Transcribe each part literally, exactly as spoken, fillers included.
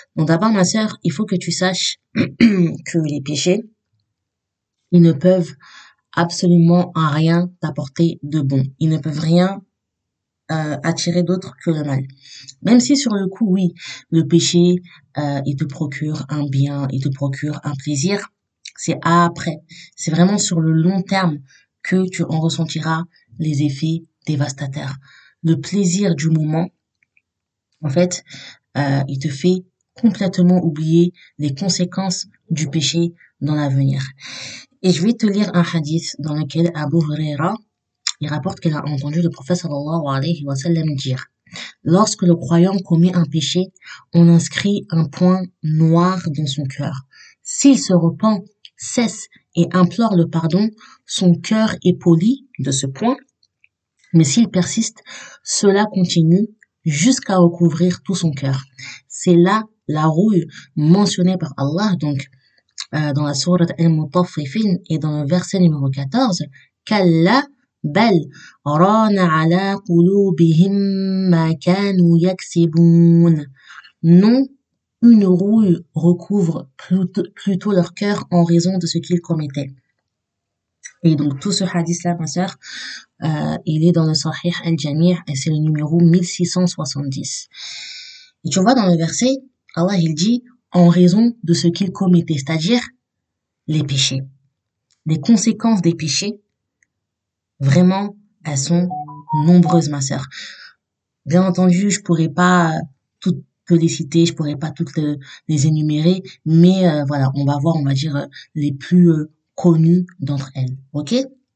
Donc d'abord, ma sœur, il faut que tu saches que les péchés, ils ne peuvent absolument rien t'apporter de bon. Ils ne peuvent rien euh, attirer d'autre que le mal. Même si sur le coup, oui, le péché, euh, il te procure un bien, il te procure un plaisir, c'est après. C'est vraiment sur le long terme que tu en ressentiras les effets dévastateurs. Le plaisir du moment, en fait, euh, il te fait complètement oublier les conséquences du péché dans l'avenir. Et je vais te lire un hadith dans lequel Abu Huraira, il rapporte qu'il a entendu le prophète sallallahu alayhi wa sallam dire: lorsque le croyant commet un péché, on inscrit un point noir dans son cœur. S'il se repent, cesse et implore le pardon, son cœur est poli de ce point, mais s'il persiste, cela continue jusqu'à recouvrir tout son cœur. C'est là la rouille mentionnée par Allah, donc euh, dans la sourate Al-Mutaffifin et dans le verset numéro quatorze, Kalla bal rana ala qulubihim ma kanu yaksibun. Non, une rouille recouvre plutôt, plutôt leur cœur en raison de ce qu'ils commettaient. Et donc tout ce hadith-là, ma sœur, euh, il est dans le Sahih al-Jami' et c'est le numéro mille six cent soixante-dix. Et tu vois dans le verset, Allah il dit en raison de ce qu'ils commettaient, c'est-à-dire les péchés. Les conséquences des péchés, vraiment, elles sont nombreuses, ma sœur. Bien entendu, je pourrais pas toutes te les citer, je pourrais pas toutes les énumérer, mais euh, voilà, on va voir, on va dire euh, les plus euh, connues d'entre elles, ok?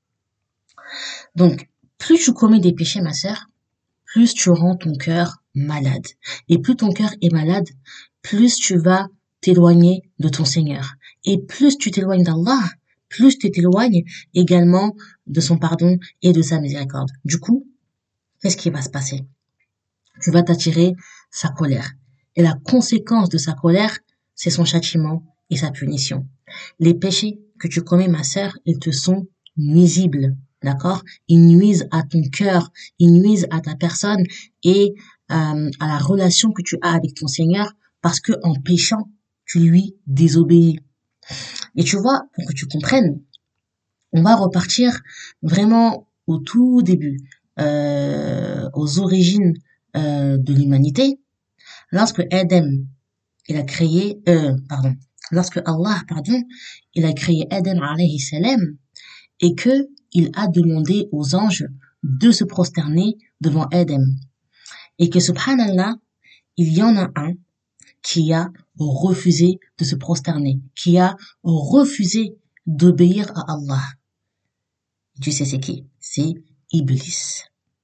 Donc, plus tu commets des péchés, ma sœur, plus tu rends ton cœur malade. Et plus ton cœur est malade, plus tu vas t'éloigner de ton Seigneur. Et plus tu t'éloignes d'Allah, plus tu t'éloignes également de son pardon et de sa miséricorde. Du coup, qu'est-ce qui va se passer? Tu vas t'attirer sa colère. Et la conséquence de sa colère, c'est son châtiment et sa punition. Les péchés que tu commets, ma sœur, ils te sont nuisibles. D'accord? Ils nuisent à ton cœur, ils nuisent à ta personne et euh, à la relation que tu as avec ton Seigneur parce que en péchant, tu lui désobéis. Et tu vois, pour que tu comprennes, on va repartir vraiment au tout début, euh, aux origines euh, de l'humanité. Lorsque Adam, il a créé, euh, pardon, lorsque Allah, pardon, il a créé Adam alayhi salam et que il a demandé aux anges de se prosterner devant Adam. Et que subhanallah, il y en a un qui a refusé de se prosterner, qui a refusé d'obéir à Allah. Tu sais c'est qui? C'est Iblis.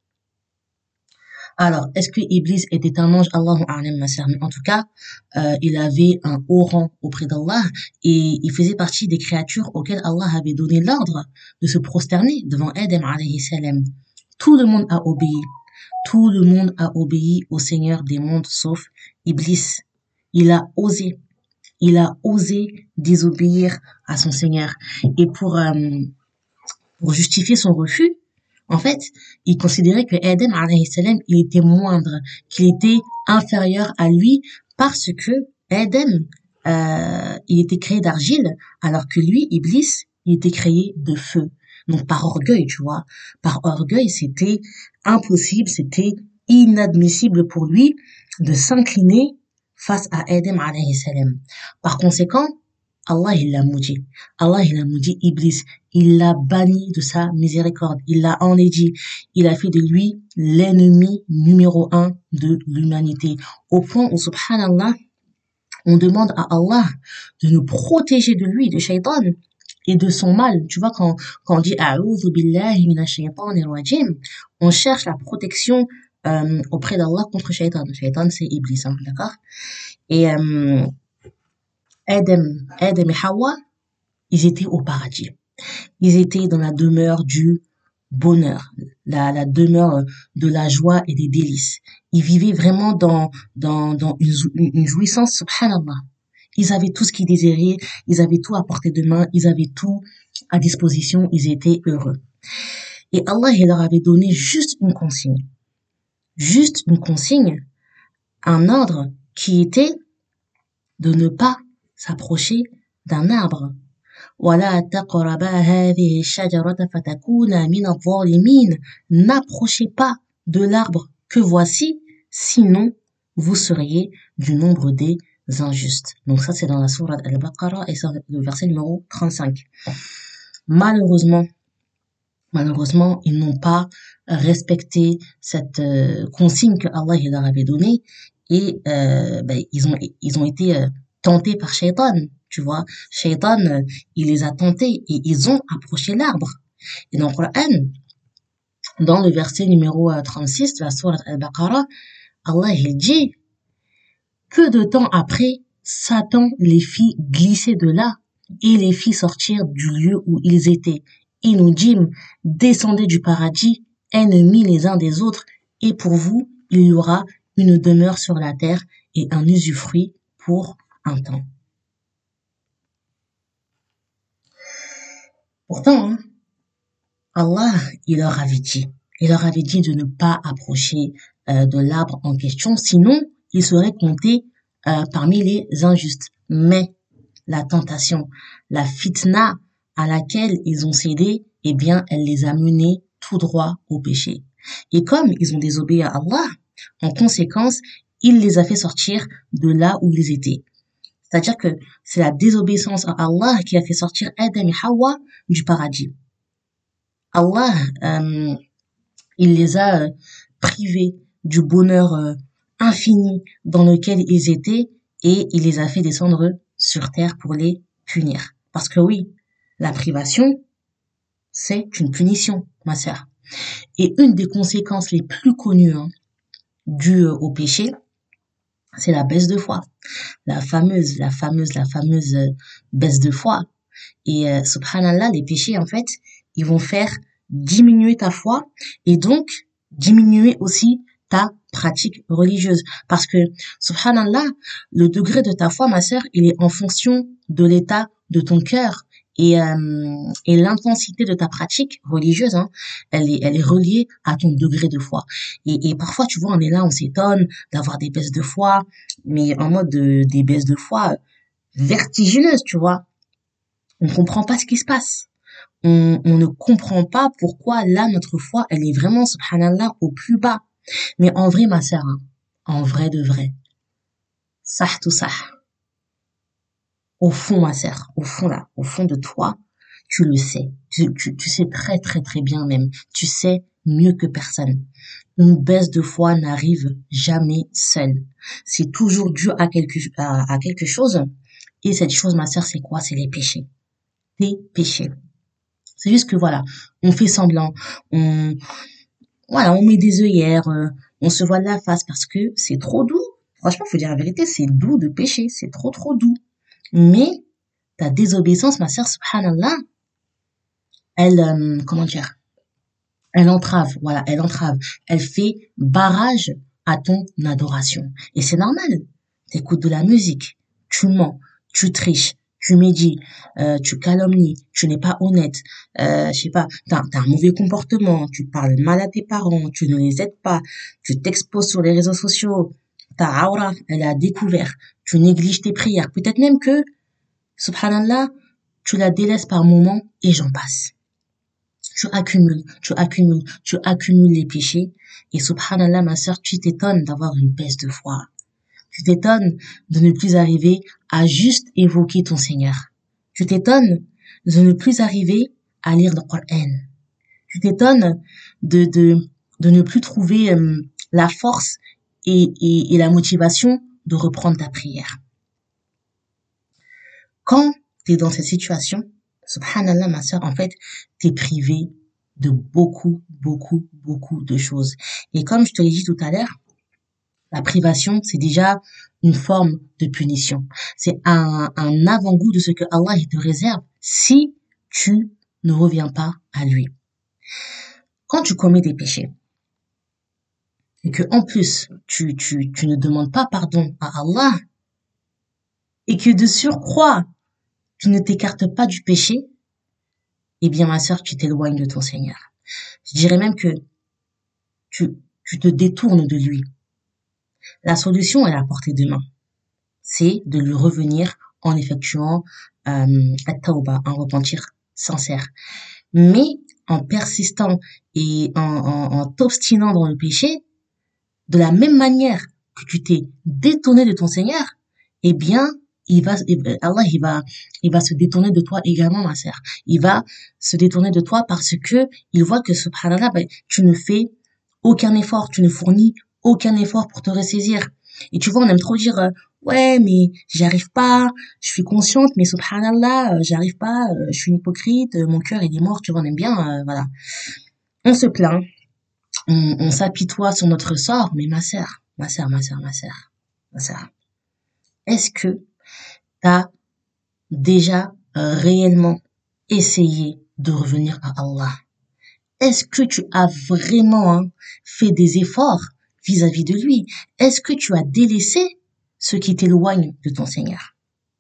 Alors, est-ce que Iblis était un ange? Allahu a'lam, ma sœur. Mais en tout cas, euh, il avait un haut rang auprès d'Allah et il faisait partie des créatures auxquelles Allah avait donné l'ordre de se prosterner devant Adam alayhi salam. Tout le monde a obéi. Tout le monde a obéi au Seigneur des mondes, sauf Iblis. Il a osé. Il a osé désobéir à son Seigneur. Et pour, euh, pour justifier son refus, en fait, il considérait que Adam alayhi salam, il était moindre, qu'il était inférieur à lui parce que Adam, euh, il était créé d'argile, alors que lui, Iblis, il était créé de feu. Donc par orgueil, tu vois, par orgueil, c'était impossible, c'était inadmissible pour lui de s'incliner face à Adam alayhi salam. Par conséquent, Allah il l'a maudit. Allah il a maudit Iblis. Il l'a banni de sa miséricorde. Il l'a enlaidi. Il a fait de lui l'ennemi numéro un de l'humanité. Au point où, subhanallah, on demande à Allah de nous protéger de lui, de Shaitan, et de son mal. Tu vois, quand, quand on dit A'udhu billahi minash shaitanir rajim, on cherche la protection euh, auprès d'Allah contre Shaitan. Shaitan, c'est Iblis, hein, d'accord? Et euh, Adam, Adam et Hawa, ils étaient au paradis. Ils étaient dans la demeure du bonheur, la, la demeure de la joie et des délices. Ils vivaient vraiment dans, dans, dans une, une jouissance, subhanallah. Ils avaient tout ce qu'ils désiraient, ils avaient tout à portée de main, ils avaient tout à disposition, ils étaient heureux. Et Allah, il leur avait donné juste une consigne. Juste une consigne, un ordre qui était de ne pas s'approcher d'un arbre. وَلَا تَقْرَبَا هَذِهِ الشَّجَرَةَ فَتَكُونَا مِنَ الظَّالِمِينَ. N'approchez pas de l'arbre que voici, sinon vous seriez du nombre des injustes. Donc ça c'est dans la sourate Al-Baqarah et c'est le verset numéro trente-cinq. Malheureusement, malheureusement, ils n'ont pas respecté cette euh, consigne que Allah il leur avait donnée et euh, ben, ils ont ils ont été euh, tentés par Shaitan, tu vois. Shaitan, euh, il les a tentés et ils ont approché l'arbre. Et dans le Coran, dans le verset numéro euh, trente-six de la sourate Al-Baqarah, Allah il dit: peu de temps après, Satan les fit glisser de là et les fit sortir du lieu où ils étaient. Et nous dîmes: descendez du paradis, ennemis les uns des autres, et pour vous, il y aura une demeure sur la terre et un usufruit pour un temps. Pourtant, hein, Allah, il leur avait dit, il leur avait dit de ne pas approcher euh, de l'arbre en question, sinon ils seraient comptés euh, parmi les injustes. Mais la tentation, la fitna à laquelle ils ont cédé, eh bien, elle les a menés tout droit au péché. Et comme ils ont désobéi à Allah, en conséquence, il les a fait sortir de là où ils étaient. C'est-à-dire que c'est la désobéissance à Allah qui a fait sortir Adam et Hawa du paradis. Allah, euh, il les a euh, privés du bonheur euh, infini dans lequel ils étaient et il les a fait descendre sur terre pour les punir. Parce que oui, la privation, c'est une punition, ma sœur. Et une des conséquences les plus connues hein, dues au péché, c'est la baisse de foi. La fameuse, la fameuse, la fameuse euh, baisse de foi. Et euh, subhanallah, les péchés, en fait, ils vont faire diminuer ta foi et donc diminuer aussi ta pratique religieuse. Parce que, subhanallah, le degré de ta foi, ma sœur, il est en fonction de l'état de ton cœur. Et, euh, et l'intensité de ta pratique religieuse, hein, elle est, elle est reliée à ton degré de foi. Et, et parfois, tu vois, on est là, on s'étonne d'avoir des baisses de foi, mais en mode de, des baisses de foi vertigineuses, tu vois. On ne comprend pas ce qui se passe. On, on ne comprend pas pourquoi là, notre foi, elle est vraiment, subhanallah, au plus bas. Mais en vrai, ma sœur, hein, en vrai de vrai, sah tout sah. Au fond, ma sœur, au fond là, au fond de toi, tu le sais. Tu, tu, tu sais très très très bien même. Tu sais mieux que personne. Une baisse de foi n'arrive jamais seule. C'est toujours dû à quelque, à, à quelque chose. Et cette chose, ma sœur, c'est quoi? C'est les péchés. Tes péchés. C'est juste que voilà, on fait semblant, on, voilà, on met des œillères, euh, on se voile la face parce que c'est trop doux. Franchement, faut dire la vérité, c'est doux de pécher, c'est trop trop doux. Mais ta désobéissance, ma sœur, subhanallah, elle, euh, comment dire, elle entrave, voilà, elle entrave, elle fait barrage à ton adoration. Et c'est normal. T'écoutes de la musique, tu mens, tu triches, tu médis, euh, tu calomnies, tu n'es pas honnête, euh, je sais pas, t'as, t'as un mauvais comportement, tu parles mal à tes parents, tu ne les aides pas, tu t'exposes sur les réseaux sociaux, ta aura, elle est à découvert, tu négliges tes prières, peut-être même que, subhanallah, tu la délaisses par moments et j'en passe. Tu accumules, tu accumules, tu accumules les péchés et subhanallah, ma sœur, tu t'étonnes d'avoir une baisse de foi. Tu t'étonnes de ne plus arriver à juste évoquer ton Seigneur. Tu t'étonnes de ne plus arriver à lire le Coran. Tu t'étonnes de, de, de ne plus trouver euh, la force et, et, et la motivation de reprendre ta prière. Quand tu es dans cette situation, subhanallah, ma sœur, en fait, tu es privé de beaucoup, beaucoup, beaucoup de choses. Et comme je te l'ai dit tout à l'heure, la privation, c'est déjà une forme de punition. C'est un, un avant-goût de ce que Allah te réserve si tu ne reviens pas à lui. Quand tu commets des péchés et que en plus tu, tu, tu ne demandes pas pardon à Allah et que de surcroît tu ne t'écartes pas du péché, eh bien ma sœur, tu t'éloignes de ton Seigneur. Je dirais même que tu, tu te détournes de lui. La solution est à la portée de main. c'est de lui revenir en effectuant euh, at-tawba, un repentir sincère. Mais en persistant et en, en, en t'obstinant dans le péché, de la même manière que tu t'es détourné de ton Seigneur, eh bien, il va, Allah, il va, il va se détourner de toi également, ma sœur. Il va se détourner de toi parce que il voit que, subhanallah, ben, tu ne fais aucun effort, tu ne fournis aucun effort pour te ressaisir. Et tu vois, on aime trop dire, euh, ouais, mais j'y arrive pas, je suis consciente, mais subhanallah, euh, j'y arrive pas, euh, je suis une hypocrite, euh, mon cœur il est mort, tu vois, on aime bien, euh, voilà. On se plaint, on, on s'apitoie sur notre sort, mais ma sœur, ma sœur, ma sœur, ma sœur, ma sœur, est-ce que t'as déjà euh, réellement essayé de revenir à Allah? Est-ce que tu as vraiment hein, fait des efforts vis-à-vis de lui? Est-ce que tu as délaissé ce qui t'éloigne de ton Seigneur?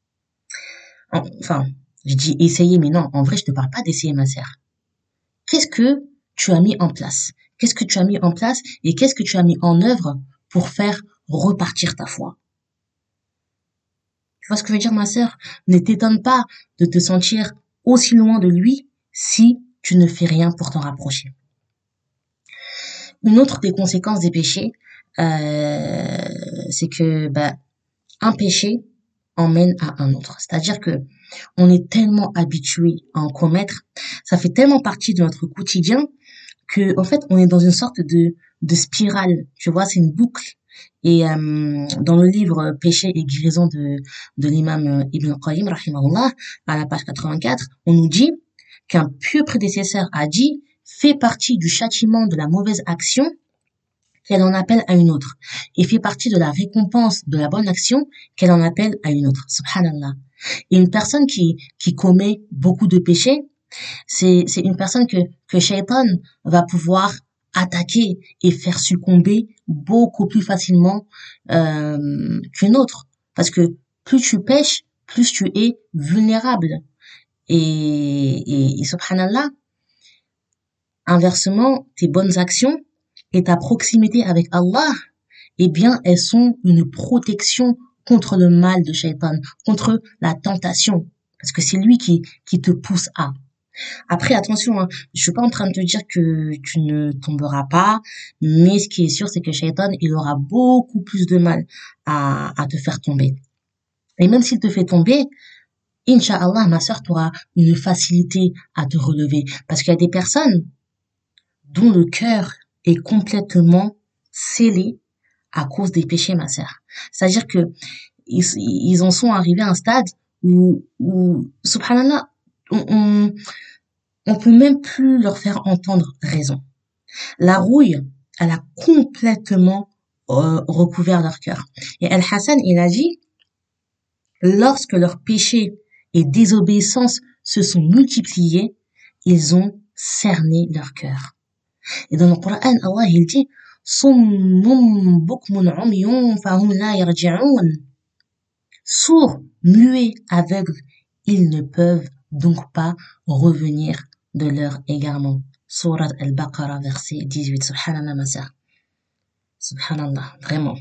Enfin, je dis essayer, mais non, en vrai, je te parle pas d'essayer, ma sœur. Qu'est-ce que tu as mis en place? Qu'est-ce que tu as mis en place et qu'est-ce que tu as mis en œuvre pour faire repartir ta foi? Tu vois ce que je veux dire, ma sœur? Ne t'étonne pas de te sentir aussi loin de lui si tu ne fais rien pour t'en rapprocher. Une autre des conséquences des péchés, euh, c'est que bah, un péché emmène à un autre. C'est-à-dire que on est tellement habitué à en commettre, ça fait tellement partie de notre quotidien que en fait on est dans une sorte de de spirale. Tu vois, c'est une boucle. Et euh, dans le livre Péché et guérison de de l'imam Ibn Qayyim, rahimahullah, à la page quatre-vingt-quatre, on nous dit qu'un pieux prédécesseur a dit fait partie du châtiment de la mauvaise action qu'elle en appelle à une autre, et fait partie de la récompense de la bonne action qu'elle en appelle à une autre. Subhanallah. Et une personne qui, qui commet beaucoup de péchés, c'est, c'est une personne que, que Shaitan va pouvoir attaquer et faire succomber beaucoup plus facilement euh, qu'une autre. Parce que plus tu pêches, plus tu es vulnérable. Et, et, et subhanallah, inversement, tes bonnes actions et ta proximité avec Allah, eh bien, elles sont une protection contre le mal de Shaitan, contre la tentation. Parce que c'est lui qui, qui te pousse à. Après, attention, hein, je suis pas en train de te dire que tu ne tomberas pas, mais ce qui est sûr, c'est que Shaitan, il aura beaucoup plus de mal à, à te faire tomber. Et même s'il te fait tomber, Inch'Allah, ma sœur, tu auras une facilité à te relever. Parce qu'il y a des personnes dont le cœur est complètement scellé à cause des péchés, ma sœur. C'est-à-dire que ils, ils en sont arrivés à un stade où, où subhanallah, on, on, on peut même plus leur faire entendre raison. La rouille, elle a complètement euh, recouvert leur cœur. Et Al-Hassan, il a dit, lorsque leurs péchés et désobéissances se sont multipliés, ils ont cerné leur cœur. Et dans le Coran, Allah, il dit, Summum bukmun umyun fahum la yarji'un. Sourds, muets, aveugles, ils ne peuvent donc pas revenir de leur égarement. Surat Al-Baqarah, verset dix-huit. Subhanallah, ma sœur. Subhanallah, vraiment.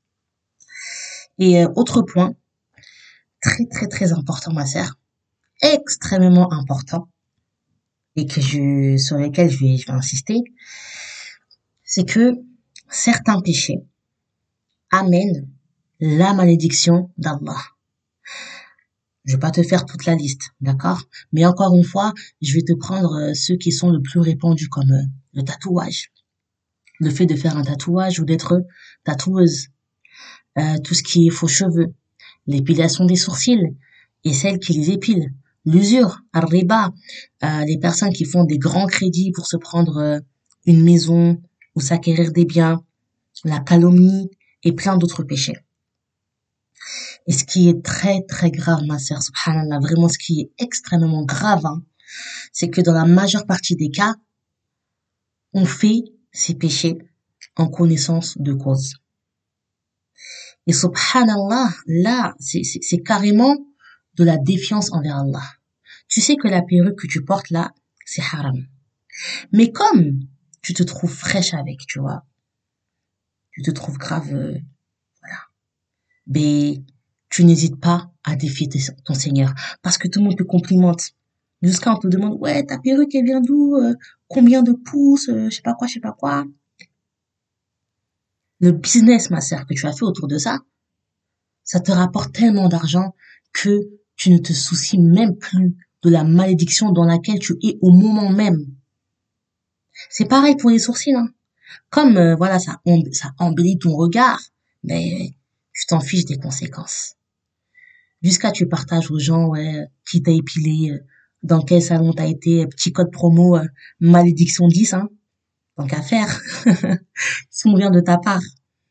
Et euh, autre point, très très très important, ma sœur, extrêmement important, et que je, sur lequel je vais, je vais insister, c'est que certains péchés amènent la malédiction d'Allah. Je vais pas te faire toute la liste, d'accord? Mais encore une fois, je vais te prendre euh, ceux qui sont le plus répandus comme euh, le tatouage. Le fait de faire un tatouage ou d'être tatoueuse. Euh, tout ce qui est faux cheveux. L'épilation des sourcils et celles qui les épilent. L'usure, al-riba, euh, les personnes qui font des grands crédits pour se prendre euh, une maison ou s'acquérir des biens. La calomnie et plein d'autres péchés. Et ce qui est très très grave, ma sœur, subhanallah, vraiment ce qui est extrêmement grave, hein, c'est que dans la majeure partie des cas, on fait ces péchés en connaissance de cause. Et subhanallah, là, c'est, c'est, c'est carrément de la défiance envers Allah. Tu sais que la perruque que tu portes là, c'est haram. Mais comme tu te trouves fraîche avec, tu vois, tu te trouves grave, euh, voilà, mais tu n'hésites pas à défier ton Seigneur. Parce que tout le monde te complimente. Jusqu'à on te demande, ouais, ta perruque, elle vient d'où? euh, Combien de pouces? euh, Je sais pas quoi, je sais pas quoi. Le business, ma sœur, que tu as fait autour de ça, ça te rapporte tellement d'argent que tu ne te soucies même plus de la malédiction dans laquelle tu es au moment même. C'est pareil pour les sourcils, hein. Comme, euh, voilà, ça, em- ça embellit ton regard, mais tu t'en fiches des conséquences. Jusqu'à tu partages aux gens, ouais, qui t'a épilé, euh, dans quel salon t'as été, euh, petit code promo, euh, malédiction dix, hein. Tant qu'à faire. Si on vient de ta part.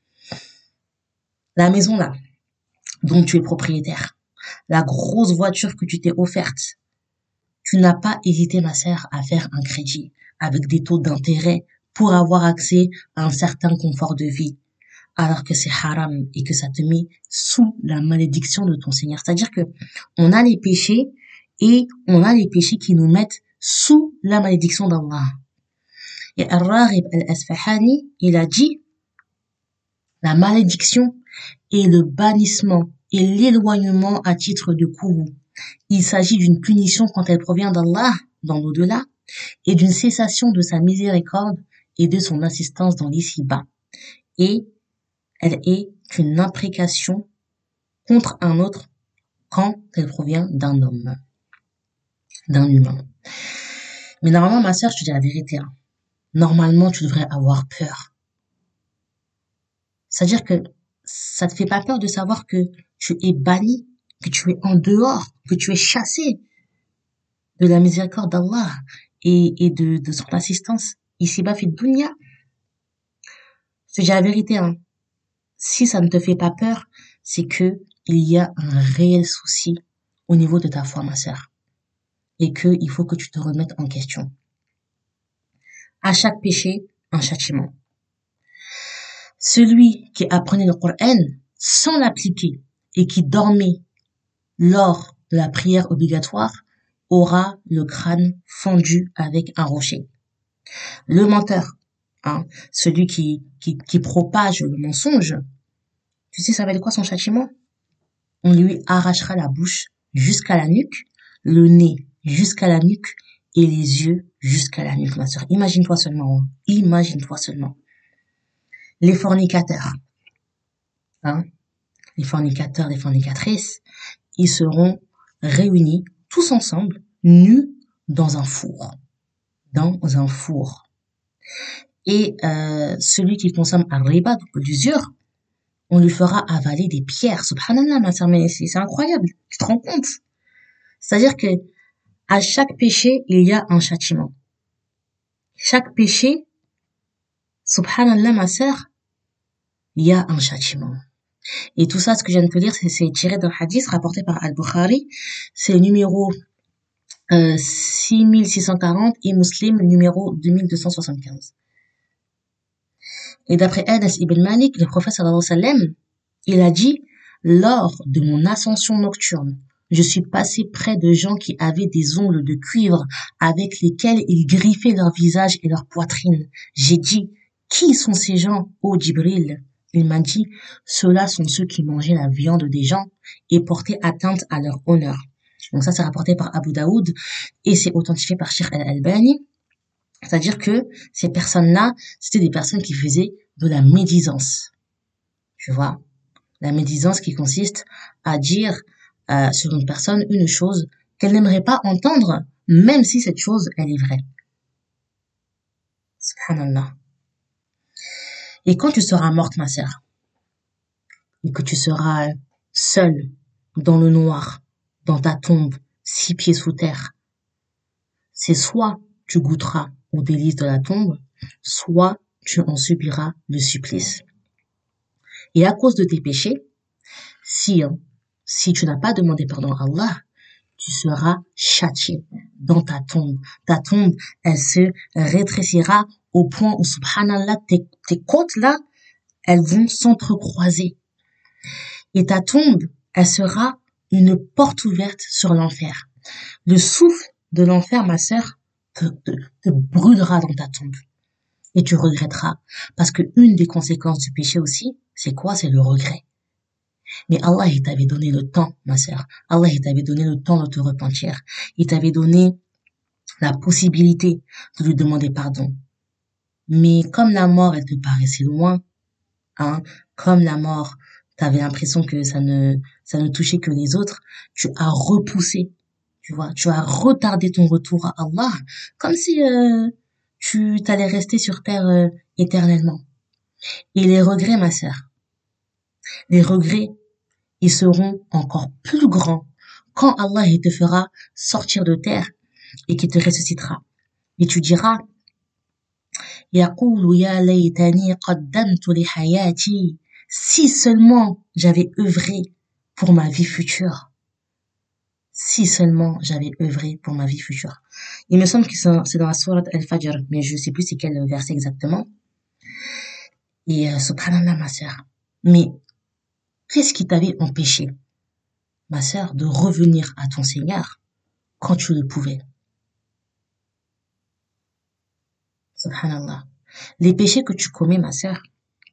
La maison, là, dont tu es propriétaire. La grosse voiture que tu t'es offerte. Tu n'as pas hésité, ma sœur, à faire un crédit avec des taux d'intérêt pour avoir accès à un certain confort de vie, alors que c'est haram et que ça te met sous la malédiction de ton Seigneur. C'est-à-dire que on a les péchés et on a les péchés qui nous mettent sous la malédiction d'Allah. Et Al-Raghib al-Asfahani, il a dit, la malédiction est le bannissement et l'éloignement à titre de courroux. Il s'agit d'une punition quand elle provient d'Allah dans l'au-delà et d'une cessation de sa miséricorde et de son assistance dans l'ici-bas. Et elle est une imprécation contre un autre quand elle provient d'un homme, d'un humain. Mais normalement, ma sœur, je te dis la vérité, hein. Normalement, tu devrais avoir peur. C'est-à-dire que ça te fait pas peur de savoir que tu es banni, que tu es en dehors, que tu es chassé de la miséricorde d'Allah et, et de, de son assistance. Ici-bas, fait dunya. Je te dis la vérité, hein. Si ça ne te fait pas peur, c'est que il y a un réel souci au niveau de ta foi, ma sœur. Et que il faut que tu te remettes en question. À chaque péché, un châtiment. Celui qui apprenait le Coran sans l'appliquer et qui dormait lors de la prière obligatoire aura le crâne fendu avec un rocher. Le menteur, hein, celui qui, qui, qui propage le mensonge, tu sais ça va être quoi son châtiment? On lui arrachera la bouche jusqu'à la nuque, le nez jusqu'à la nuque et les yeux jusqu'à la nuque, ma sœur. Imagine-toi seulement, hein. Imagine-toi seulement. Les fornicateurs, hein, les fornicateurs, les fornicatrices, ils seront réunis tous ensemble, nus dans un four, dans un four. Et euh, celui qui consomme un riba, donc l'usure, on lui fera avaler des pierres. Subhanallah, ma sœur, mais c'est incroyable. Tu te rends compte? C'est-à-dire que à chaque péché, il y a un châtiment. Chaque péché, subhanallah, ma sœur, il y a un châtiment. Et tout ça, ce que je viens de te dire, c'est tiré d'un hadith rapporté par Al-Bukhari. C'est le numéro euh, six mille six cent quarante et Muslim, le numéro deux mille deux cent soixante-quinze. Et d'après Anas ibn Malik, le prophète sallallahu alayhi wa sallam, il a dit, lors de mon ascension nocturne, je suis passé près de gens qui avaient des ongles de cuivre avec lesquels ils griffaient leur visage et leur poitrine. J'ai dit, qui sont ces gens, ô Djibril? Il m'a dit, ceux-là sont ceux qui mangeaient la viande des gens et portaient atteinte à leur honneur. Donc ça, c'est rapporté par Abu Daoud et c'est authentifié par Sheikh Al-Albani. C'est-à-dire que ces personnes-là, c'était des personnes qui faisaient de la médisance. Tu vois? La médisance qui consiste à dire euh, sur une personne une chose qu'elle n'aimerait pas entendre, même si cette chose, elle est vraie. Subhanallah. Et quand tu seras morte, ma sœur, et que tu seras seule, dans le noir, dans ta tombe, six pieds sous terre, c'est soit tu goûteras aux délices de la tombe, soit tu en subiras le supplice. Et à cause de tes péchés, si, hein, si tu n'as pas demandé pardon à Allah, tu seras châtié dans ta tombe. Ta tombe, elle se rétrécira au point où, subhanallah, tes, tes côtes là, elles vont s'entrecroiser. Et ta tombe, elle sera une porte ouverte sur l'enfer. Le souffle de l'enfer, ma sœur, te, te, te brûlera dans ta tombe. Et tu regretteras. Parce que une des conséquences du péché aussi, c'est quoi? C'est le regret. Mais Allah, il t'avait donné le temps, ma sœur. Allah, il t'avait donné le temps de te repentir. Il t'avait donné la possibilité de lui demander pardon. Mais comme la mort, elle te paraissait loin, hein, comme la mort, t'avais l'impression que ça ne, ça ne touchait que les autres, tu as repoussé, tu vois, tu as retardé ton retour à Allah, comme si euh, tu t'allais rester sur terre euh, éternellement. Et les regrets, ma sœur, les regrets, ils seront encore plus grands quand Allah il te fera sortir de terre et qu'il te ressuscitera. Et tu diras, يقول يا ليتني قدمت لحياتي. Si seulement j'avais œuvré pour ma vie future. Si seulement j'avais œuvré pour ma vie future. Il me semble que c'est dans la sourate Al-Fajr, mais je sais plus c'est quel verset exactement. Et euh, subhanallah, ma sœur. Mais qu'est-ce qui t'avait empêché, ma sœur, de revenir à ton Seigneur quand tu le pouvais? Subhanallah. Les péchés que tu commets, ma sœur,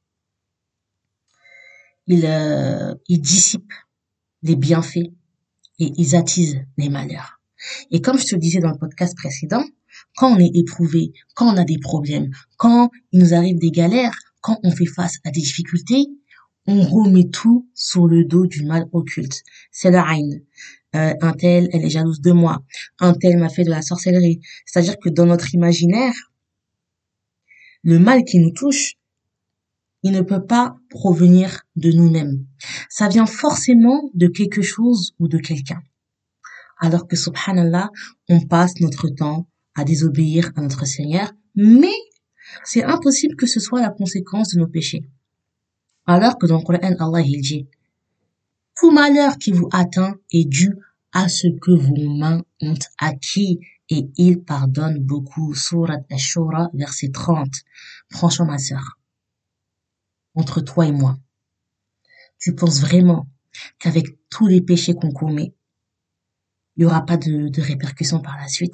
ils, euh, ils dissipent les bienfaits et ils attisent les malheurs. Et comme je te le disais dans le podcast précédent, quand on est éprouvé, quand on a des problèmes, quand il nous arrive des galères, quand on fait face à des difficultés, on remet tout sur le dos du mal occulte. C'est la haine. Euh, un tel, elle est jalouse de moi. Un tel m'a fait de la sorcellerie. C'est-à-dire que dans notre imaginaire, le mal qui nous touche, il ne peut pas provenir de nous-mêmes. Ça vient forcément de quelque chose ou de quelqu'un. Alors que, subhanallah, on passe notre temps à désobéir à notre Seigneur, mais c'est impossible que ce soit la conséquence de nos péchés. Alors que dans le Coran, Allah il dit, tout malheur qui vous atteint est dû à ce que vos mains ont acquis et il pardonne beaucoup. Sourate Ash-Shura, verset trente. Franchement, ma sœur, entre toi et moi, tu penses vraiment qu'avec tous les péchés qu'on commet, il n'y aura pas de, de répercussions par la suite?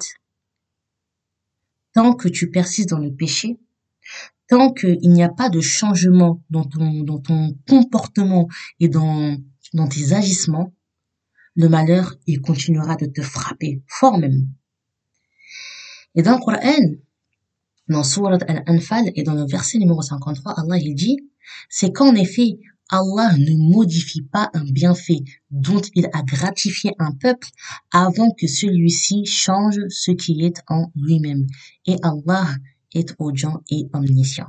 Tant que tu persistes dans le péché, tant qu'il n'y a pas de changement dans ton, dans ton comportement et dans, dans tes agissements, le malheur, il continuera de te frapper, fort même. Et dans le Coran, dans Surat Al-Anfal et dans le verset numéro cinquante-trois, Allah il dit, c'est qu'en effet, Allah ne modifie pas un bienfait dont il a gratifié un peuple avant que celui-ci change ce qui est en lui-même. Et Allah est audient et omniscient.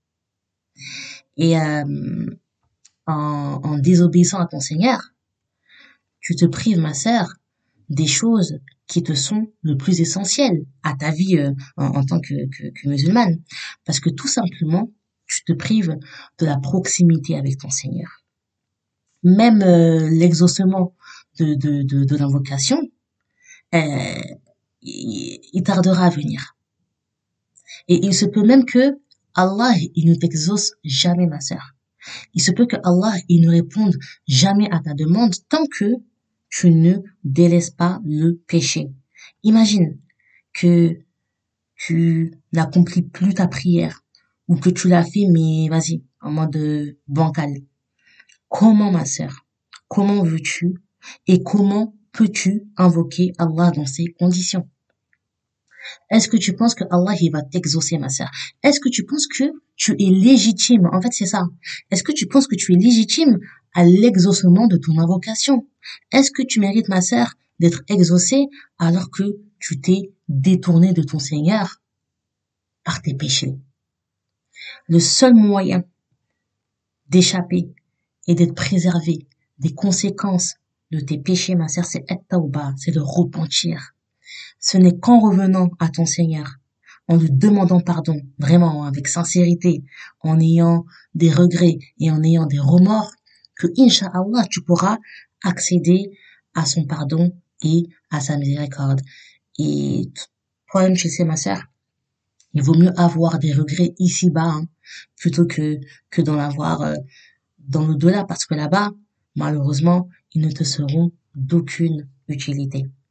Et euh, en, en désobéissant à ton Seigneur, tu te prives, ma sœur, des choses qui te sont le plus essentielles à ta vie euh, en, en tant que, que, que musulmane. Parce que tout simplement, tu te prives de la proximité avec ton Seigneur. Même euh, l'exaucement de, de, de, de l'invocation, euh, il, il tardera à venir. Et il se peut même que Allah, il ne t'exauce jamais, ma sœur. Il se peut que Allah, il ne réponde jamais à ta demande tant que tu ne délaisses pas le péché. Imagine que tu n'accomplis plus ta prière ou que tu l'as fait, mais vas-y, en mode bancal. Comment, ma sœur, comment veux-tu et comment peux-tu invoquer Allah dans ces conditions? Est-ce que tu penses que Allah il va t'exaucer, ma sœur? Est-ce que tu penses que tu es légitime? En fait, c'est ça. Est-ce que tu penses que tu es légitime à l'exaucement de ton invocation? Est-ce que tu mérites, ma sœur, d'être exaucée alors que tu t'es détourné de ton Seigneur par tes péchés? Le seul moyen d'échapper et d'être préservé des conséquences de tes péchés, ma sœur, c'est at-tawbah, c'est de repentir. Ce n'est qu'en revenant à ton Seigneur, en lui demandant pardon, vraiment avec sincérité, en ayant des regrets et en ayant des remords, que Inch'Allah, tu pourras accéder à son pardon et à sa miséricorde. Et toi-même, tu sais, ma sœur, il vaut mieux avoir des regrets ici-bas, hein, plutôt que, que d'en avoir euh, dans l'au-delà, parce que là-bas, malheureusement, ils ne te seront d'aucune utilité.